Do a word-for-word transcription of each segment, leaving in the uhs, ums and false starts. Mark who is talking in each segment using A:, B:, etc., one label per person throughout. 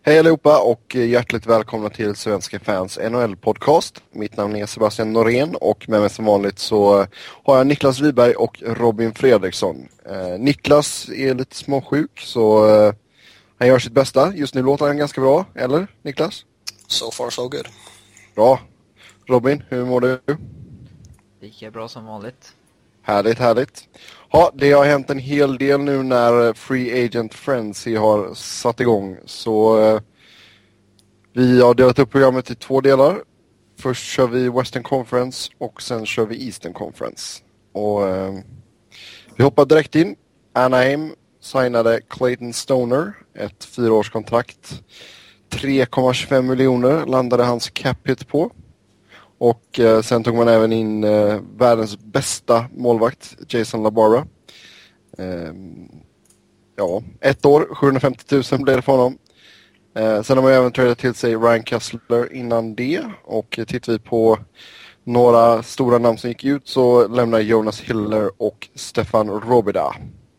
A: Hej allihopa och hjärtligt välkomna till Svenska Fans N H L-podcast. Mitt namn är Sebastian Norén och med mig som vanligt så har jag Niklas Wiberg och Robin Fredriksson. Eh, Niklas är lite småsjuk så eh, han gör sitt bästa. Just nu låter han ganska bra, eller Niklas?
B: So far so good.
A: Bra. Robin, hur mår du?
C: Lika bra som vanligt.
A: Härligt, härligt. Ja, det har hänt en hel del nu när Free Agent Frenzy har satt igång. Så eh, vi har delat upp programmet i två delar. Först kör vi Western Conference och sen kör vi Eastern Conference. Och eh, vi hoppar direkt in. Anaheim signade Clayton Stoner, ett fyraårskontrakt. tre komma tjugofem miljoner landade hans cap hit på. Och eh, sen tog man även in eh, världens bästa målvakt, Jason LaBarra. Eh, ja, ett år, sjuhundrafemtio tusen blev det för honom. Eh, sen har man även tradat till sig Ryan Kessler innan det. Och eh, tittar vi på några stora namn som gick ut så lämnar Jonas Hiller och Stefan Robida.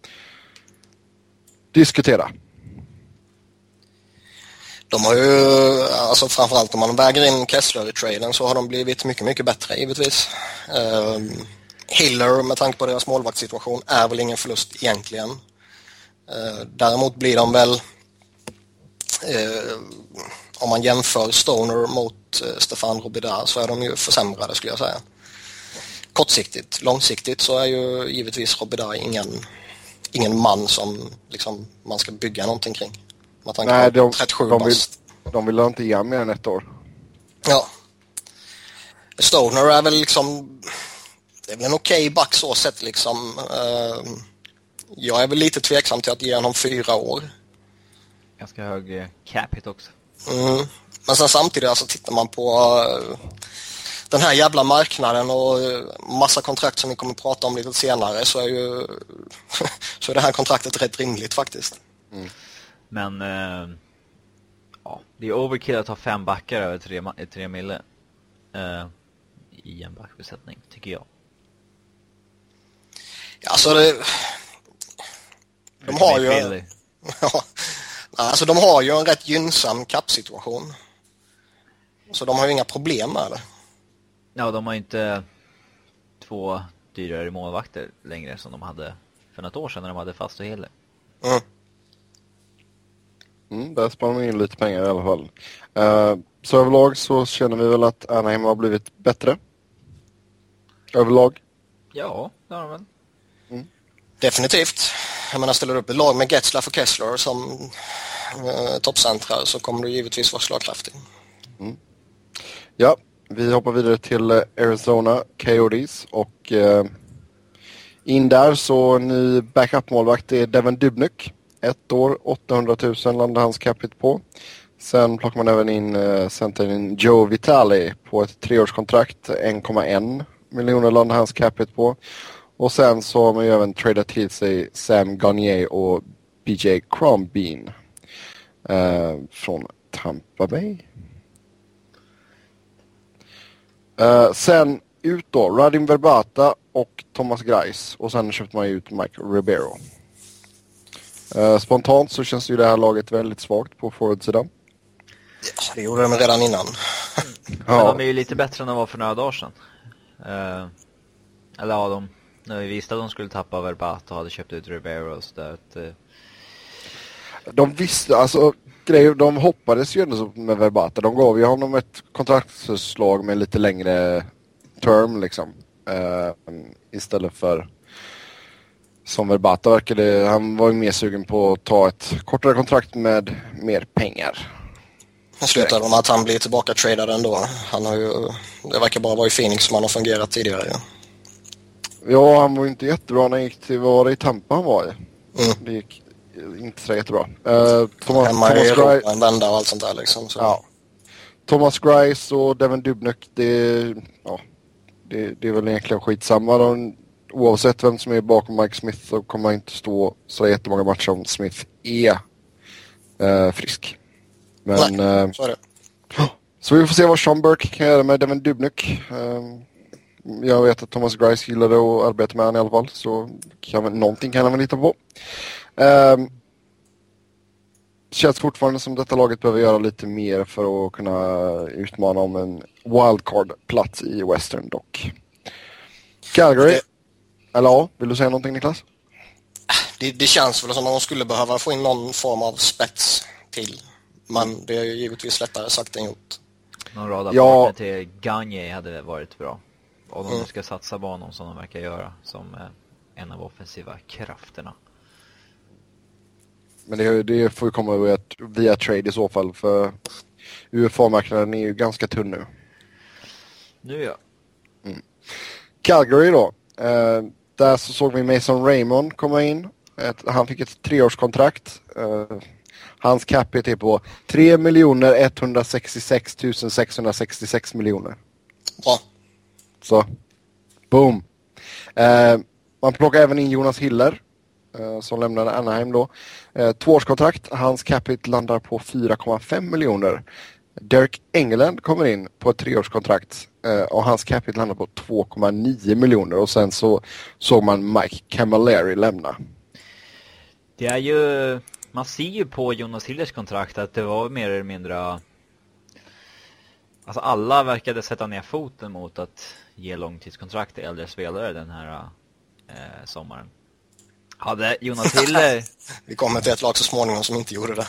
A: Diskutera.
B: De har ju, alltså framförallt om man väger in Kessler i traden så har de blivit mycket, mycket bättre givetvis. Uh, Hiller med tanke på deras målvaktssituation är väl ingen förlust egentligen. Uh, däremot blir de väl, uh, om man jämför Stoner mot uh, Stefan Robida så är de ju försämrade skulle jag säga. Kortsiktigt, långsiktigt så är ju givetvis Robida ingen, ingen man som liksom, man ska bygga någonting kring.
A: Nej, de, de, vill, de vill inte ge mer än ett år.
B: Ja. Stoner är väl liksom, det är väl en okej back så sett liksom. Uh, jag är väl lite tveksam till att ge honom fyra år.
C: Ganska hög cap hit också.
B: Mm. Men sen samtidigt alltså tittar man på uh, den här jävla marknaden och uh, massa kontrakt som vi kommer att prata om lite senare så är ju så är det här kontraktet rätt rimligt faktiskt.
A: Mm.
C: Men eh, ja, det är overkill att ha fem backar över tre, tre mille eh, i en backbesättning, tycker jag.
B: Ja, alltså det, de har ju ja, alltså de har ju en rätt gynnsam kappsituation. Så de har ju inga problem med det.
C: Ja, de har inte två dyrare målvakter längre som de hade för något år sedan när de hade Fast och Hille.
B: Mm.
A: Mm, där sparar man in lite pengar i alla fall. Uh, så överlag så känner vi väl att Anaheim har blivit bättre. Överlag.
C: Ja, det har de väl.
B: Mm. Definitivt. Jag menar, ställer upp ett lag med Getzlaff och Kessler som uh, toppcentrar så kommer du givetvis vara slagkraftig.
A: Mm. Ja, vi hoppar vidare till Arizona Coyotes och uh, in där så ny backup-målvakt är Devan Dubnyk. Ett år, åttahundratusen landade hans capita på. Sen plockar man även in uh, centern Joe Vitale på ett treårskontrakt. en komma en miljoner landade hans capita på. Och sen så har man ju även tradat till sig Sam Gagner och B J Crombeen uh, från Tampa Bay. Uh, sen ut då, Radim Verbata och Thomas Greiss. Och sen köpte man ut Mike Ribeiro. Uh, spontant så känns ju det här laget väldigt svagt på forwardsidan.
B: Ja, det gjorde de redan innan.
C: Mm. Men de är ju lite bättre än de var för några dagar sedan. Uh, eller ja, de, när vi visste att de skulle tappa Verbata och hade köpt ut Ribeiro och så där. Att, uh...
A: De visste, alltså grejer, de hoppades ju ändå med Verbata. De gav ju honom ett kontraktsförslag med lite längre term liksom. Uh, istället för som Verbata verkade, han var ju mer sugen på att ta ett kortare kontrakt med mer pengar.
B: Det slutade med att han blir tillbaka tradad ändå. Han har ju, det verkar bara vara i Phoenix som han har fungerat tidigare. Ja,
A: ja han var ju inte jättebra när han gick till, vad var det i Tampa han var i?
B: Mm.
A: Det gick inte så jättebra. Uh, Thomas,
B: Hemma
A: Thomas
B: i
A: Greiss,
B: en vända och allt sånt där liksom. Så.
A: Ja. Thomas Greiss och Devan Dubnyk, det, ja, det, det är väl egentligen skitsamma. De, oavsett vem som är bakom Mike Smith så kommer han inte stå så jättemånga matcher om Smith är uh, frisk. Men,
B: Nej,
A: uh,
B: så är det.
A: Så vi får se vad Sean Burke kan göra med Devan Dubnyk. Uh, jag vet att Thomas Greiss gillade att arbeta med han i alla fall. Så kan man, någonting kan han väl lita på. Uh, känns fortfarande som detta laget behöver göra lite mer för att kunna utmana om en wildcard-plats i Western dock. Calgary. Det... Eller ja, vill du säga någonting, Niklas?
B: Det, det känns väl som att de skulle behöva få in någon form av spets till. Men det är ju givetvis lättare sagt än gjort.
C: Någon rad ja. till Gagne hade varit bra. Om de mm. ska satsa på honom som de verkar göra som eh, en av offensiva krafterna.
A: Men det, det får ju komma via, via trade i så fall, för U F A-marknaden är ju ganska tunn nu.
C: Nu ja.
A: Mm. Calgary då. Eh, där så såg vi Mason Raymond komma in. Ett, han fick ett treårskontrakt. Eh, hans capita är på tre miljoner etthundrasextiosex tusen sexhundrasextiosex miljoner.
B: Bra.
A: Så, boom. Eh, man plockar även in Jonas Hiller eh, som lämnade Anaheim då. Eh, tvåårskontrakt. Hans capita landar på fyra komma fem miljoner. Derek Engeland kommer in på ett treårskontrakt eh, och hans capita landar på två komma nio miljoner. Och sen så såg man Mike Camilleri lämna.
C: Det är ju, man ser ju på Jonas Hillers kontrakt att det var mer eller mindre, alltså alla verkade sätta ner foten mot att ge långtidskontrakt till äldre spelare den här eh, sommaren. Hade Jonas Hiller...
B: Vi kommer till ett lag så småningom som inte gjorde det.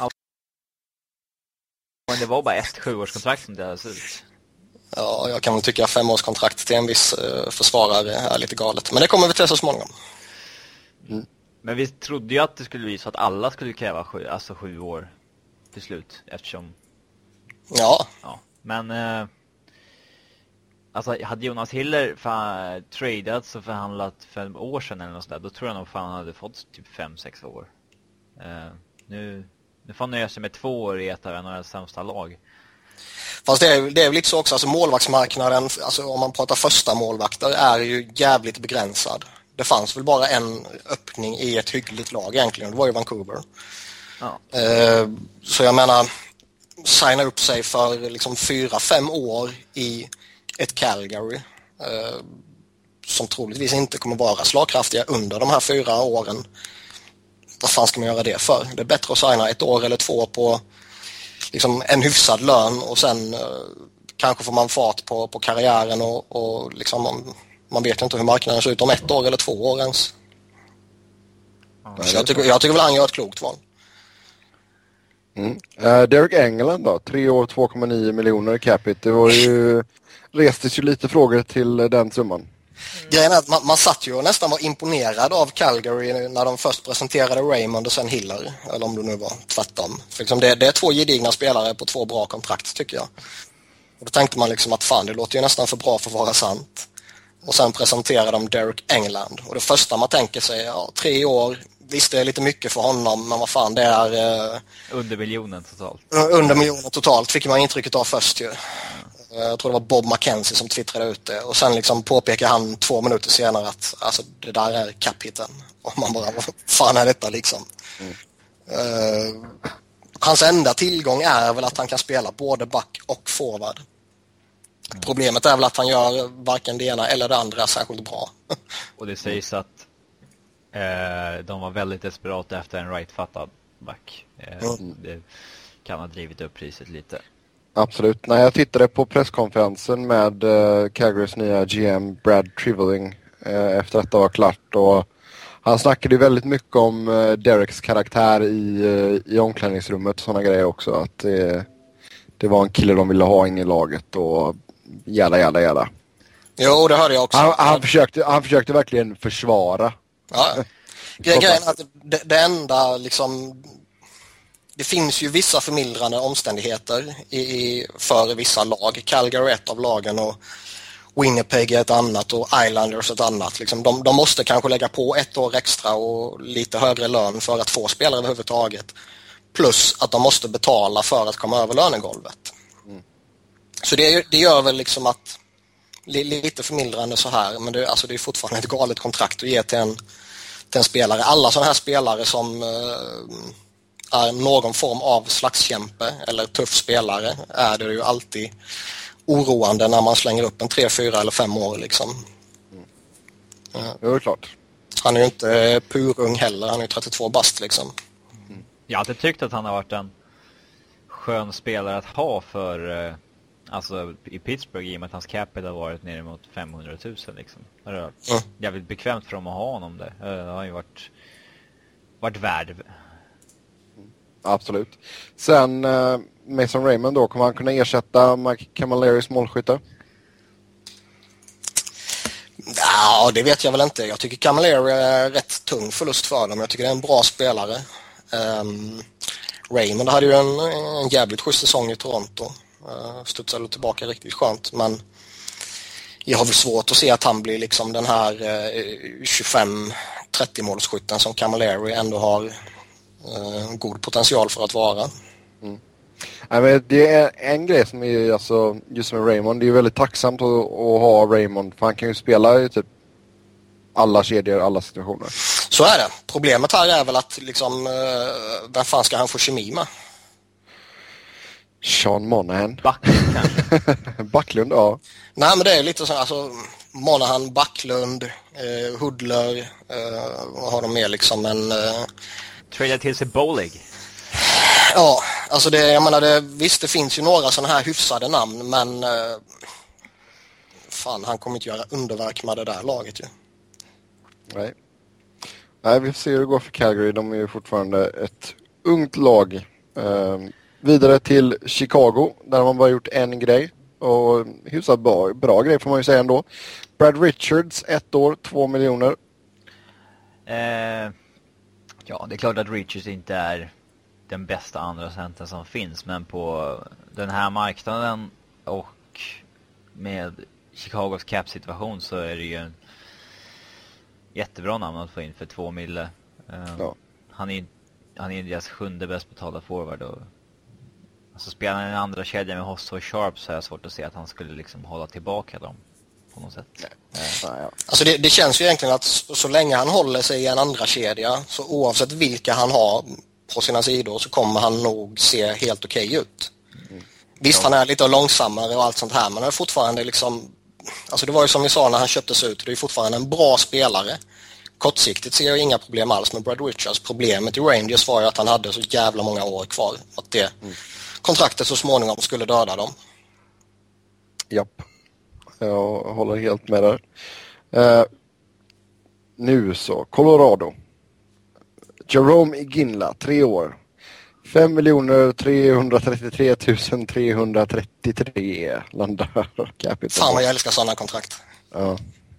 C: Men det var bara ett sjuårskontrakt som det hade ut.
B: Ja, jag kan väl tycka femårskontrakt till en viss eh, försvarare är lite galet. Men det kommer vi till så småningom.
C: Mm. Men vi trodde ju att det skulle bli så att alla skulle kräva sju, alltså sju år till slut. Eftersom...
B: Ja.
C: ja. Men... Eh, alltså hade Jonas Hiller fan, tradats och förhandlat för ett år sedan eller något sådär, då tror jag nog fan han hade fått typ fem sex år. Eh, nu... Nu får han nöja sig med två år i ett av några sämsta lag.
B: Fast det är, det är väl lite så också, alltså målvaktsmarknaden, alltså om man pratar första målvakter, är ju jävligt begränsad. Det fanns väl bara en öppning i ett hyggligt lag egentligen, det var ju Vancouver.
C: Ja.
B: Eh, så jag menar, signa upp sig för liksom fyra, fem år i ett Calgary eh, som troligtvis inte kommer vara slagkraftiga under de här fyra åren. Vad fan ska man göra det för? Det är bättre att signa ett år eller två på liksom en hyfsad lön och sen eh, kanske får man fart på, på karriären och, och liksom man, man vet inte hur marknaden ser ut om ett år eller två år ens. Ja, så jag, tycker, jag tycker väl han gör ett klokt val.
A: Mm. Uh, Derek Engeland då, tre år två komma nio miljoner capita. Det var ju, restes ju lite frågor till den summan.
B: Mm. Grejen är att man, man satt ju och nästan var imponerad av Calgary när de först presenterade Raymond och sen Hiller, eller om det nu var tvärtom. För liksom det, det är två gedigna spelare på två bra kontrakt tycker jag. Och då tänkte man liksom att fan, det låter ju nästan för bra för att vara sant. Och sen presenterade de Derek Engeland. Och det första man tänker sig, ja, tre år, visst det är lite mycket för honom, men vad fan det är... Eh,
C: under miljonen totalt.
B: Under miljonen totalt fick man intrycket av först ju. Jag tror det var Bob McKenzie som twittrade ut det. Och sen liksom påpekar han två minuter senare att alltså, det där är cap-hiten. Och man bara, vad fan är detta liksom? Mm. Uh, hans enda tillgång är väl att han kan spela både back och forward. Mm. Problemet är väl att han gör varken det ena eller det andra särskilt bra.
C: Och det sägs att eh, de var väldigt desperata efter en right-fattad back. Eh, mm. Det kan ha drivit upp priset lite.
A: Absolut. När jag tittade på presskonferensen med uh, Calgarys nya G M Brad Treliving uh, efter att det var klart, och han snackade ju väldigt mycket om uh, Dereks karaktär i, uh, i omklädningsrummet och sådana grejer också, att uh, det var en kille de ville ha in i laget och jävla jävla jävla.
B: Jo, det hörde jag också.
A: Han, han, försökte, han försökte verkligen försvara.
B: Ja. Grejen är att det, det enda liksom... Det finns ju vissa förmildrande omständigheter i, i, för vissa lag. Calgary är ett av lagen och Winnipeg är ett annat och Islanders ett annat. Liksom de, de måste kanske lägga på ett år extra och lite högre lön för att få spelare överhuvudtaget. Plus att de måste betala för att komma över lönegolvet. Mm. Så det, det gör väl liksom att lite förmildrande så här, men det, alltså det är fortfarande ett galet kontrakt att ge till en, till en spelare. Alla sådana här spelare som... Eh, är någon form av slagskämpe eller tuff spelare är det ju alltid oroande när man slänger upp en tre, fyra eller fem år liksom.
A: Mm. Ja, det är klart.
B: Han är ju inte purung heller, han är ju trettiotvå bast liksom.
C: Mm. Jag har alltid tyckt att han har varit en skön spelare att ha för eh, alltså i Pittsburgh, i och med att hans capita har varit nere mot femhundratusen liksom. Det är
B: Mm.
C: jävligt bekvämt för dem att ha honom där. Det har ju varit varit värd.
A: Absolut. Sen eh, Mason Raymond då, kommer han kunna ersätta Mike Camallaris målskytte?
B: Ja, det vet jag väl inte. Jag tycker Camilleri är rätt tung förlust för dem. Jag tycker det är en bra spelare. Um, Raymond hade ju en, en jävligt schysst säsong i Toronto. Uh, studsade tillbaka riktigt skönt, men jag har väl svårt att se att han blir liksom den här uh, tjugofem trettio målsskytten som Camilleri ändå har uh, god potential för att vara.
A: Mm. Nej, men det är en grej som är alltså, just med Raymond, det är väldigt tacksamt att, att ha Raymond, för han kan ju spela i typ alla kedjor, alla situationer.
B: Så är det. Problemet här är väl att liksom, uh, vem fan ska han få kemi med?
A: Sean Monahan.
C: Backlund kanske.
A: Backlund, ja.
B: Nej, men det är lite så, alltså Monahan, Backlund, eh, Hudler, eh, vad har de mer liksom en... Eh,
C: Trada till sig Bowlig.
B: ja, alltså det, jag menar det, visst det finns ju några sådana här hyfsade namn, men eh, fan, han kommer inte göra underverk med det där laget ju.
A: Nej. Nej, vi får se hur det går för Calgary. De är ju fortfarande ett ungt lag. Um, vidare till Chicago, där man bara gjort en grej. Och hyfsat bra, bra grej får man ju säga ändå. Brad Richards, ett år, två miljoner.
C: Eh, ja, det är klart att Richards inte är den bästa andra centern som finns, men på den här marknaden och med Chicagos cap-situation så är det ju en jättebra namn att få in för två mille. Uh,
A: ja.
C: Han är han är deras sjunde bäst betalda forward, och alltså spelar han i en andra kedja med Hossa och Sharp så är det svårt att se att han skulle liksom hålla tillbaka dem på något sätt.
A: Nej. Uh, ja.
B: Alltså det, det känns ju egentligen att så, så länge han håller sig i en andra kedja, så oavsett vilka han har på sina sidor så kommer han nog se helt okej okay ut. Mm. Visst, ja. Han är lite långsammare och allt sånt här, men han är fortfarande liksom, alltså det var ju som vi sa när han köptes ut, det är fortfarande en bra spelare. Kortsiktigt ser jag inga problem alls med Brad Richards. Problemet i Rangers var ju att han hade så jävla många år kvar, att det mm. kontraktet så småningom skulle döda dem.
A: Japp. Jag håller helt med där. Uh, nu så, Colorado. Jerome Iginla, tre år. fem miljoner trehundratrettiotre tusen trehundratrettiotre landar capita.
B: Fan vad jag älskar sådana kontrakt.
A: Ja.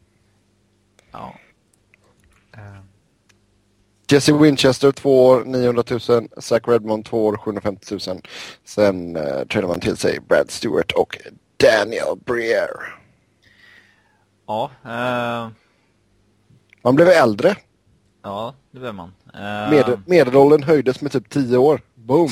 C: Ja. Uh.
A: Jesse Winchester, två år, niohundratusen. Zach Redmond, två år, sjuhundrafemtio tusen. Sen uh, tränar man till sig Brad Stewart och Daniel Briere.
C: Ja. Uh...
A: Man blev äldre.
C: Ja, det blev man. Uh...
A: Med, medelåldern höjdes med typ tio år. Boom.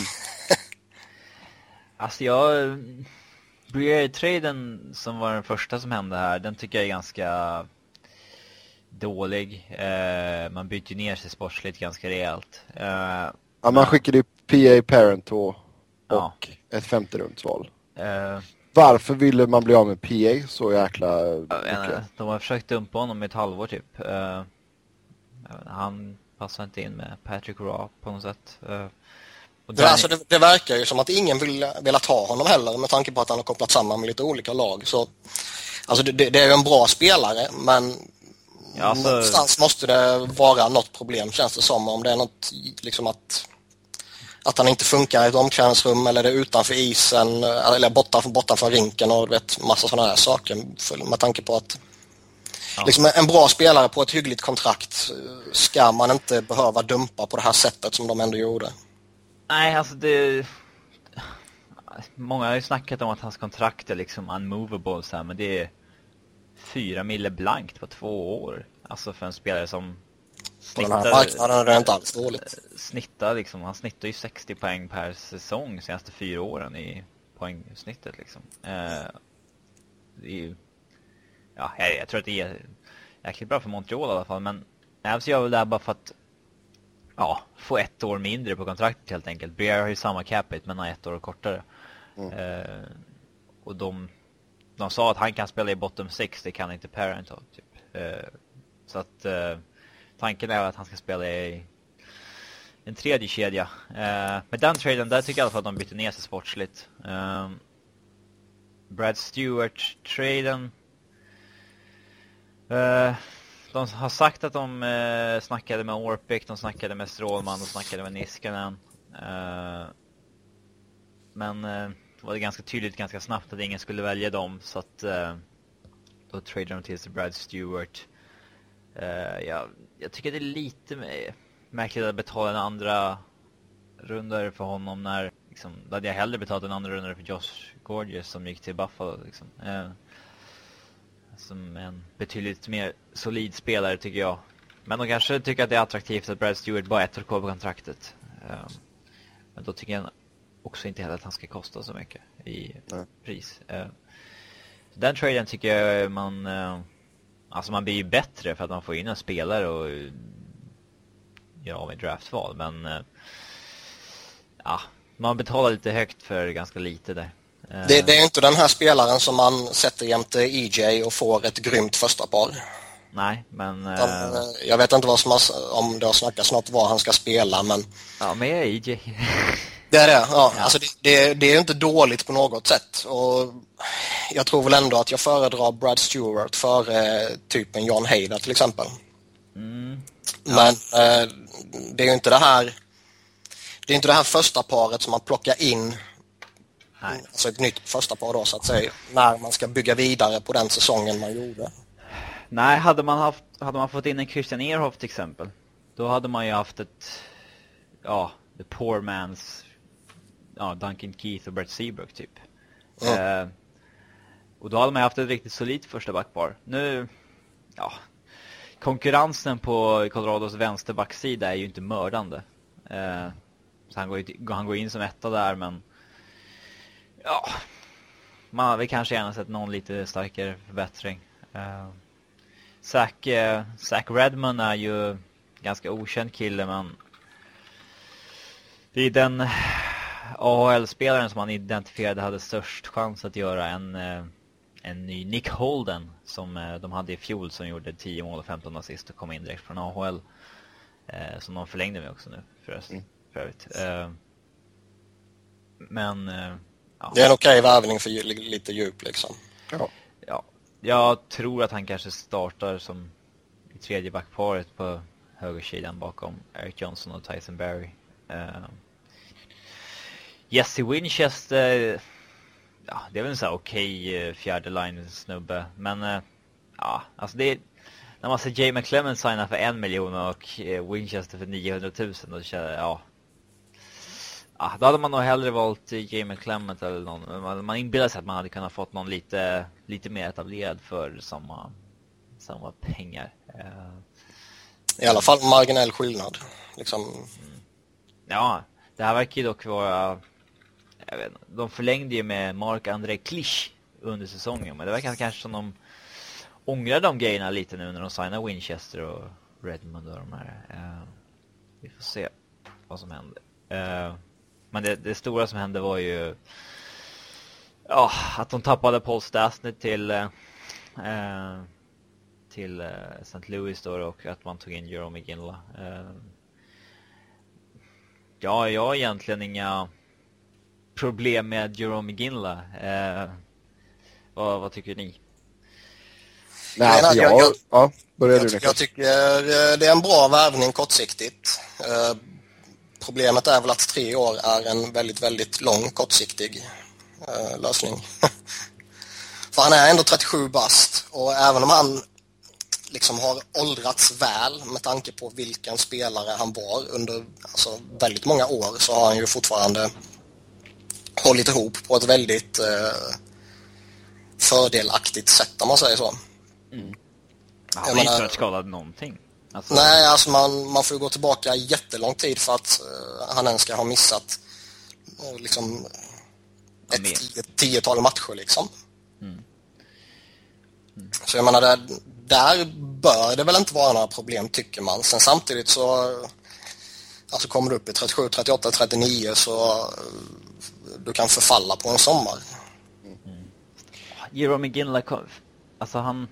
C: Alltså jag... Briere-traden som var den första som hände här, den tycker jag är ganska dålig. Uh, man byter ner sig sportsligt ganska rejält. Uh,
A: ja, man men... skickade ju P A Parent och, ja. och ett femte rundsval. Uh... Varför ville man bli av med P A så jäkla mycket?
C: De har försökt dumpa honom i ett halvår typ. Uh, han passar inte in med Patrick Roy på något sätt. Uh, och
B: det, alltså det, det verkar ju som att ingen vill, vill ha honom heller, med tanke på att han har kopplat samman med lite olika lag. Så, alltså det, det är ju en bra spelare, men ja, alltså... någonstans måste det vara något problem, känns det som. Om det är något liksom att... Att han inte funkar i ett omklädningsrum, eller det är utanför isen, eller borta, borta från rinken och vet, massa sådana här saker. För, med tanke på att ja. liksom en bra spelare på ett hyggligt kontrakt ska man inte behöva dumpa på det här sättet som de ändå gjorde.
C: Nej, alltså det... Många har ju snackat om att hans kontrakt är liksom unmovable, så här, men det är fyra mille blankt på två år. Alltså för en spelare som...
B: På den här marknaden är det inte alls dåligt.
C: Snittar liksom, han snittar ju sextio poäng per säsong de senaste fyra åren i poängsnittet liksom. Eh, det är ju, ja, jag, jag tror att det är jäkligt bra för Montreal i alla fall, men jag gör väl det här bara för att ja, få ett år mindre på kontraktet helt enkelt. Briere har ju samma capita men har ett år kortare. Mm. Eh, och de, de sa att han kan spela i bottom sex, det kan inte Parent ha, typ. Eh, så att eh, tanken är att han ska spela i en tredje kedja. Uh, med den traden där tycker jag i alla fall att de bytte ner sig sportsligt. Uh, Brad Stewart-traden. Uh, de har sagt att de uh, snackade med Orpik, de snackade med Strålman, de snackade med Niskanen. Uh, men uh, det var ganska tydligt ganska snabbt att ingen skulle välja dem, så att uh, då tradade de till sig Brad Stewart. Uh, jag, jag tycker det är lite med, märkligt att betala en andra rundare för honom när liksom, då hade jag hellre betalat en andra rundare för Josh Gorges som gick till Buffalo liksom. Uh, som en betydligt mer solid spelare tycker jag. Men de kanske tycker att det är attraktivt att Brad Stewart bara ett år kvar på kontraktet. Uh, men då tycker jag också inte heller att han ska kosta så mycket i mm. pris. Uh, den traden tycker jag man uh, alltså man blir ju bättre för att man får in en spelare och uh, gör av i draftval, men uh, ja, man betalar lite högt för ganska lite där. Uh,
B: det, det är inte den här spelaren som man sätter jämte E J och får ett grymt första par.
C: Nej, men uh,
B: de, jag vet inte vad som har, om det har snackats något vad han ska spela, men
C: ja, men jag är E J.
B: Det är det, ja.
C: Ja.
B: Alltså det, det, det är inte dåligt på något sätt. Och jag tror väl ändå att jag föredrar Brad Stewart för eh, typ en John Hayda till exempel.
C: Mm. Ja.
B: Men eh, det är ju inte det här det är inte det här första paret som man plockar in.
C: Nej.
B: Alltså ett nytt första par då så att säga, när man ska bygga vidare på den säsongen man gjorde.
C: Nej, hade man haft hade man fått in en Christian Ehrhoff till exempel, då hade man ju haft ett ja, the poor man's ja, Duncan Keith och Brett Seabrook typ. Mm. Eh, och då hade man haft ett riktigt solidt första backpar. Nu, ja, konkurrensen på Colorados vänsterbacksida är ju inte mördande. Eh, så han går, ju, han går in som etta där, men ja, man hade kanske gärna sett någon lite starkare förbättring. Eh, Zach, eh, Zach Redmond är ju ganska okänd kille, men det är den A H L-spelaren som han identifierade hade störst chans att göra en, en ny Nick Holden som de hade i fjol, som gjorde tio mål och femton assist och kom in direkt från A H L, som de förlängde med också nu förresten, för övrigt. Men ja.
B: Det är en okej värvning för lite djup liksom.
A: Ja.
C: Ja, jag tror att han kanske startar som i tredje backparet på högersidan bakom Eric Johnson och Tyson Barrie. Uh, Jesse Winchester, ja, det är väl en så här okej uh, fjärde line snubbe, men uh, ja, alltså det är, när man ser Jay McClement signa för en miljon och uh, Winchester för niohundratusen, då känner jag, ja, ja, då hade man nog hellre valt Jay McClement eller någon. Man, man inbillar sig att man hade kunnat fått någon lite lite mer etablerad för samma samma pengar. Uh,
B: I alla fall marginell skillnad liksom.
C: Mm. Ja, det här verkar ju dock vara, jag vet inte, de förlängde ju med Marc-André Clich under säsongen, men det verkar kanske som de ångrar de grejerna lite nu när de signar Winchester och Redmond och de här. Uh, vi får se vad som händer. Uh, men det, det stora som hände var ju ja, att de tappade Paul Stastny till uh, till uh, Saint Louis då, och att man tog in Jerome Ginla. Uh, Ja, jag har egentligen inga problem med Jerome Ginla. Eh, vad, vad tycker ni?
A: Nej, alltså jag, jag, ja, börjar du.
B: Jag, jag tycker det är en bra värvning kortsiktigt. Eh, problemet är väl att tre år är en väldigt, väldigt lång kortsiktig eh, lösning. För han är ändå trettiosju bast, och även om han liksom har åldrats väl med tanke på vilken spelare han var under alltså, väldigt många år, så har han ju fortfarande hållit ihop på ett väldigt eh, fördelaktigt sätt, om man säger så.
C: Mm. Han har inte varit skadad någonting.
B: Alltså... Nej, alltså man, man får gå tillbaka jättelång tid för att uh, han ens ska ha missat uh, liksom ett tio, tiotal matcher liksom. Mm. Mm. Så jag menar, där, där bör det väl inte vara några problem, tycker man. Sen samtidigt så alltså kommer du upp i trettiosju, trettioåtta, trettionio så uh, du kan förfalla på en sommar.
C: Mm. Jerome Ginla, alltså han,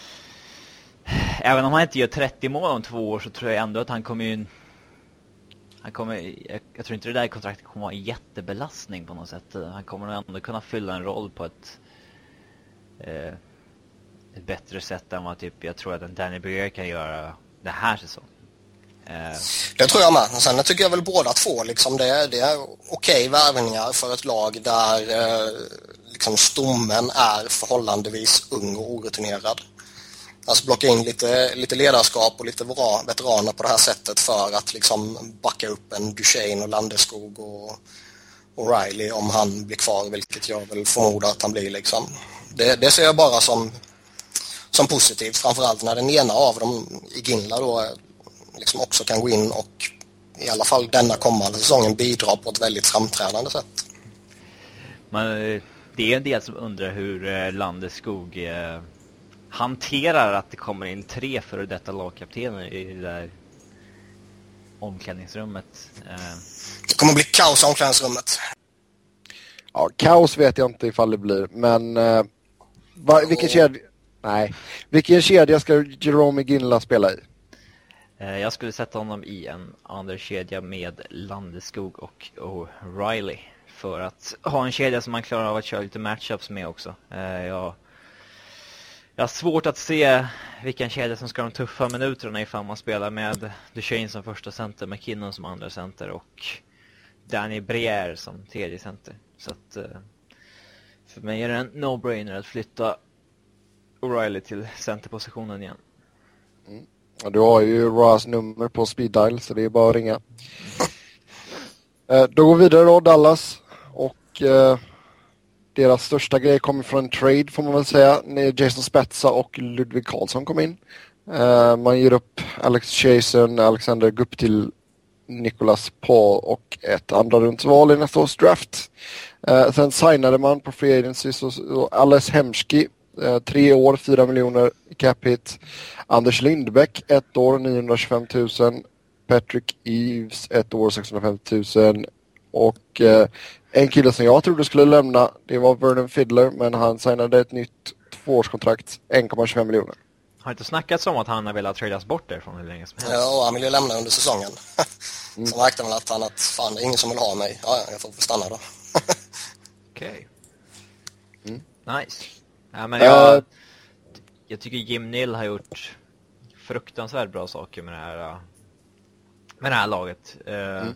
C: även om han inte gör trettio mål om två år, så tror jag ändå att han kommer ju Han kommer, jag, jag tror inte det där kontraktet kommer vara en jättebelastning på något sätt. Han kommer ändå kunna fylla en roll på ett, eh, ett bättre sätt än vad typ, jag tror att en Danny Briere kan göra det här säsongen. Eh.
B: Det tror jag med. Sen tycker jag väl båda två liksom det, är, det är okej värvningar för ett lag där eh, liksom stommen är förhållandevis ung och orutinerad. Alltså blocka in lite, lite ledarskap och lite veteraner på det här sättet för att liksom backa upp en Duchene och Landeskog och O'Reilly om han blir kvar, vilket jag väl förmodar att han blir liksom. Det, det ser jag bara som, som positivt, framförallt när den ena av dem i Ginla då liksom också kan gå in och i alla fall denna kommande säsongen bidra på ett väldigt framträdande sätt.
C: Men det är en del som undrar hur Landeskog eh, hanterar att det kommer in tre före detta lagkaptener i det där omklädningsrummet. Eh.
B: Det kommer bli kaos i omklädningsrummet.
A: Ja, kaos vet jag inte ifall det blir, men eh, va, vilken kedja nej, vilken kedja ska Jarome Iginla spela i?
C: Eh, jag skulle sätta honom i en andra kedja med Landeskog och O'Reilly för att ha en kedja som man klarar av att köra lite matchups med också. Eh, jag Jag har svårt att se vilken kedja som ska ha de tuffa minuterna ifall man spelar med Duchene som första center, McKinnon som andra center och Danny Briere som tredje center. Så att för mig är det en no-brainer att flytta O'Reilly till centerpositionen igen.
A: Mm. Ja, du har ju Roas nummer på speed dial så det är bara att ringa. Mm. Då går vi vidare då, Dallas. Och eh, deras största grej kommer från en trade får man väl säga. När Jason Spezza och Ludvig Karlsson kom in. Eh, man ger upp Alex Jason, Alexander Gupp till Nicholas Paul och ett andra rundsval i nästa års draft. Eh, sen signade man på Free Agency så, så Ales Hemski. Eh, tre år, fyra miljoner i cap hit. Anders Lindbäck, ett år, niohundratjugofem tusen. Patrick Eves, ett år, sexhundrafemtio tusen. Och eh, en kille som jag trodde skulle lämna, det var Vernon Fiddler, men han signade ett nytt tvåårskontrakt, en komma tjugofem miljoner.
C: Har inte snackats om att han har velat tradas bort därifrån hur länge som helst?
B: Ja, och han vill ju lämna under säsongen. Mm. Så märkte man att han att fan, det är ingen som vill ha mig. Ja, jag får stanna då.
C: Okej. Okay.
A: Mm.
C: Nice. Ja, men jag,
A: uh,
C: jag tycker Jim Nill har gjort fruktansvärt bra saker med det här, med det här laget. Uh, mm.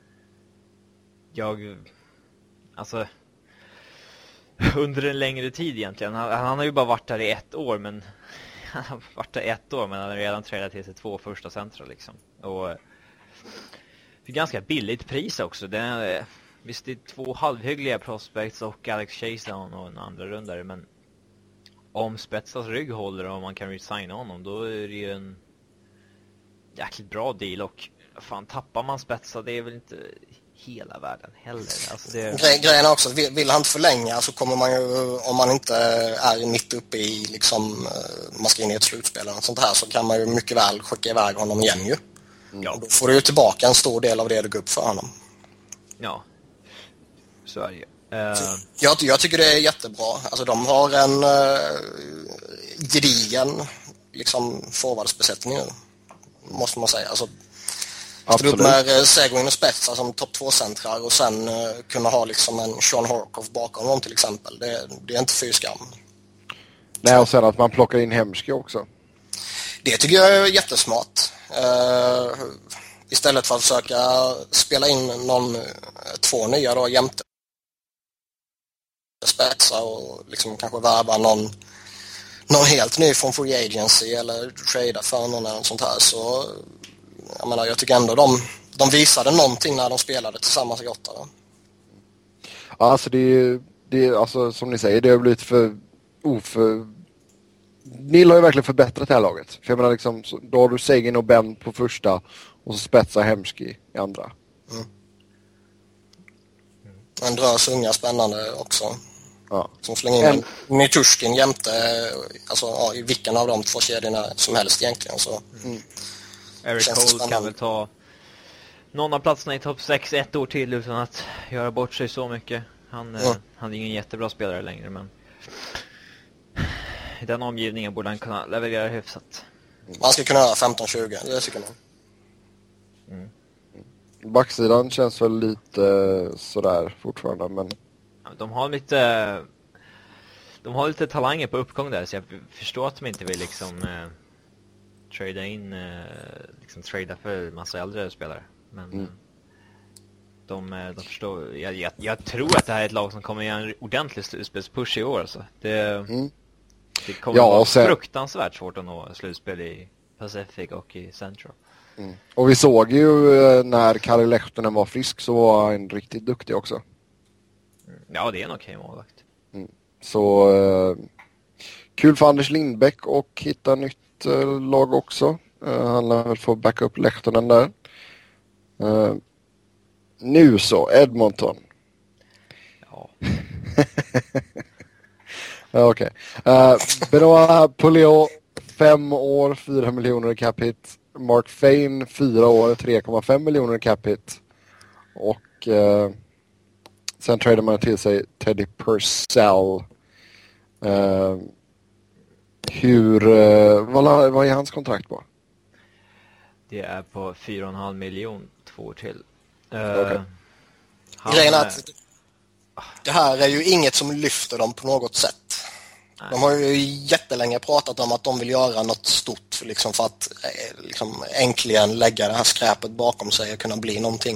C: Jag, alltså, under en längre tid egentligen. Han, han har ju bara varit där i ett år, men han har varit där ett år, men han har redan trädat till sig två första centra liksom. Och för ganska billigt pris också. Det är, visst, det är två halvhyggliga prospects och Alex Chason och en andra rundare, men om Spetsas rygg håller och man kan resigna honom, då är det ju en jäkligt bra deal. Och fan, tappar man Spetsa, det är väl inte hela världen heller. Alltså det...
B: Gre- grejen är också, vill, vill han inte förlänga så kommer man ju, om man inte är mitt uppe i liksom, man ska in i ett slutspel eller något sånt här, så kan man ju mycket väl skicka iväg honom igen ju. Ja. Och då får du ju tillbaka en stor del av det du går upp för honom.
C: Ja, så är det ju. Uh...
B: Jag, jag tycker det är jättebra. Alltså de har en uh, gedigen liksom forwardsbesättning nu, måste man säga. Alltså absolut. Upp med uh, Seguin och Spetsa som topp två-centrar och sen uh, kunna ha liksom en Sean Horkoff bakom dem till exempel. Det, det är inte för skam.
A: Nej, och sen att man plockar in Hemski också.
B: Det tycker jag är jättesmart. Uh, istället för att försöka spela in någon, två nya då jämte Spetsa och liksom kanske värva någon, någon helt ny från Free Agency eller trada för någon eller något sånt här. Så jag menar, jag tycker ändå de, de visade någonting när de spelade tillsammans i åtta. Då.
A: Ja, alltså det är, det är alltså som ni säger, det har blivit för oför... Nill har ju verkligen förbättrat det här laget. För jag menar liksom, då har du Seguin och Ben på första och så Spetsa Hemski i andra.
B: Mm. En drös unga spännande också.
A: Ja.
B: Som slänger in en Nitushkin jämte, alltså ja, i vilken av de två kedjorna som helst egentligen. Så.
C: Mm. Eric Cole kan väl ta någon av platserna i topp sex ett år till utan att göra bort sig så mycket. Han, mm. eh, han är ingen jättebra spelare längre, men i den omgivningen borde han kunna leverera hyfsat.
B: Man ska kunna göra femton tjugo, det tycker man.
C: Mm.
A: Backsidan känns väl lite sådär fortfarande, men...
C: De har lite... De har lite talanger på uppgång där, så jag förstår att de inte vill liksom... Eh, trada in... Eh, liksom trada för massa äldre spelare. Men... Mm. De, de förstår... Jag, jag, jag tror att det här är ett lag som kommer göra en ordentlig slutspelspush i år, alltså. Det... Mm. Det kommer ja, vara sen... fruktansvärt svårt att nå slutspel i Pacific och i Central.
A: Mm. Och vi såg ju när Kari Lehtonen var frisk så var han riktigt duktig också.
C: Ja, det är en okej målvakt.
A: Mm. Så eh, kul för Anders Lindbäck och hitta nytt eh, lag också. Eh, han lär väl få backa upp Lehtonen där. Eh, nu så, Edmonton.
C: Ja.
A: Ja, okej. Okay. Uh, Benoit Pouliot, fem år, fyra miljoner i cap hit. Mark Fane, fyra år, tre komma fem miljoner i cap hit. Och uh, sen tradar man till sig Teddy Purcell. Uh, hur, uh, vad, vad är hans kontrakt på?
C: Det är på fyra komma fem miljoner, två år till.
B: Uh, okay. Grejen är att det här är ju inget som lyfter dem på något sätt. Nej. De har ju jättelänge pratat om att de vill göra något stort för, liksom, för att liksom, äntligen lägga det här skräpet bakom sig och kunna bli någonting.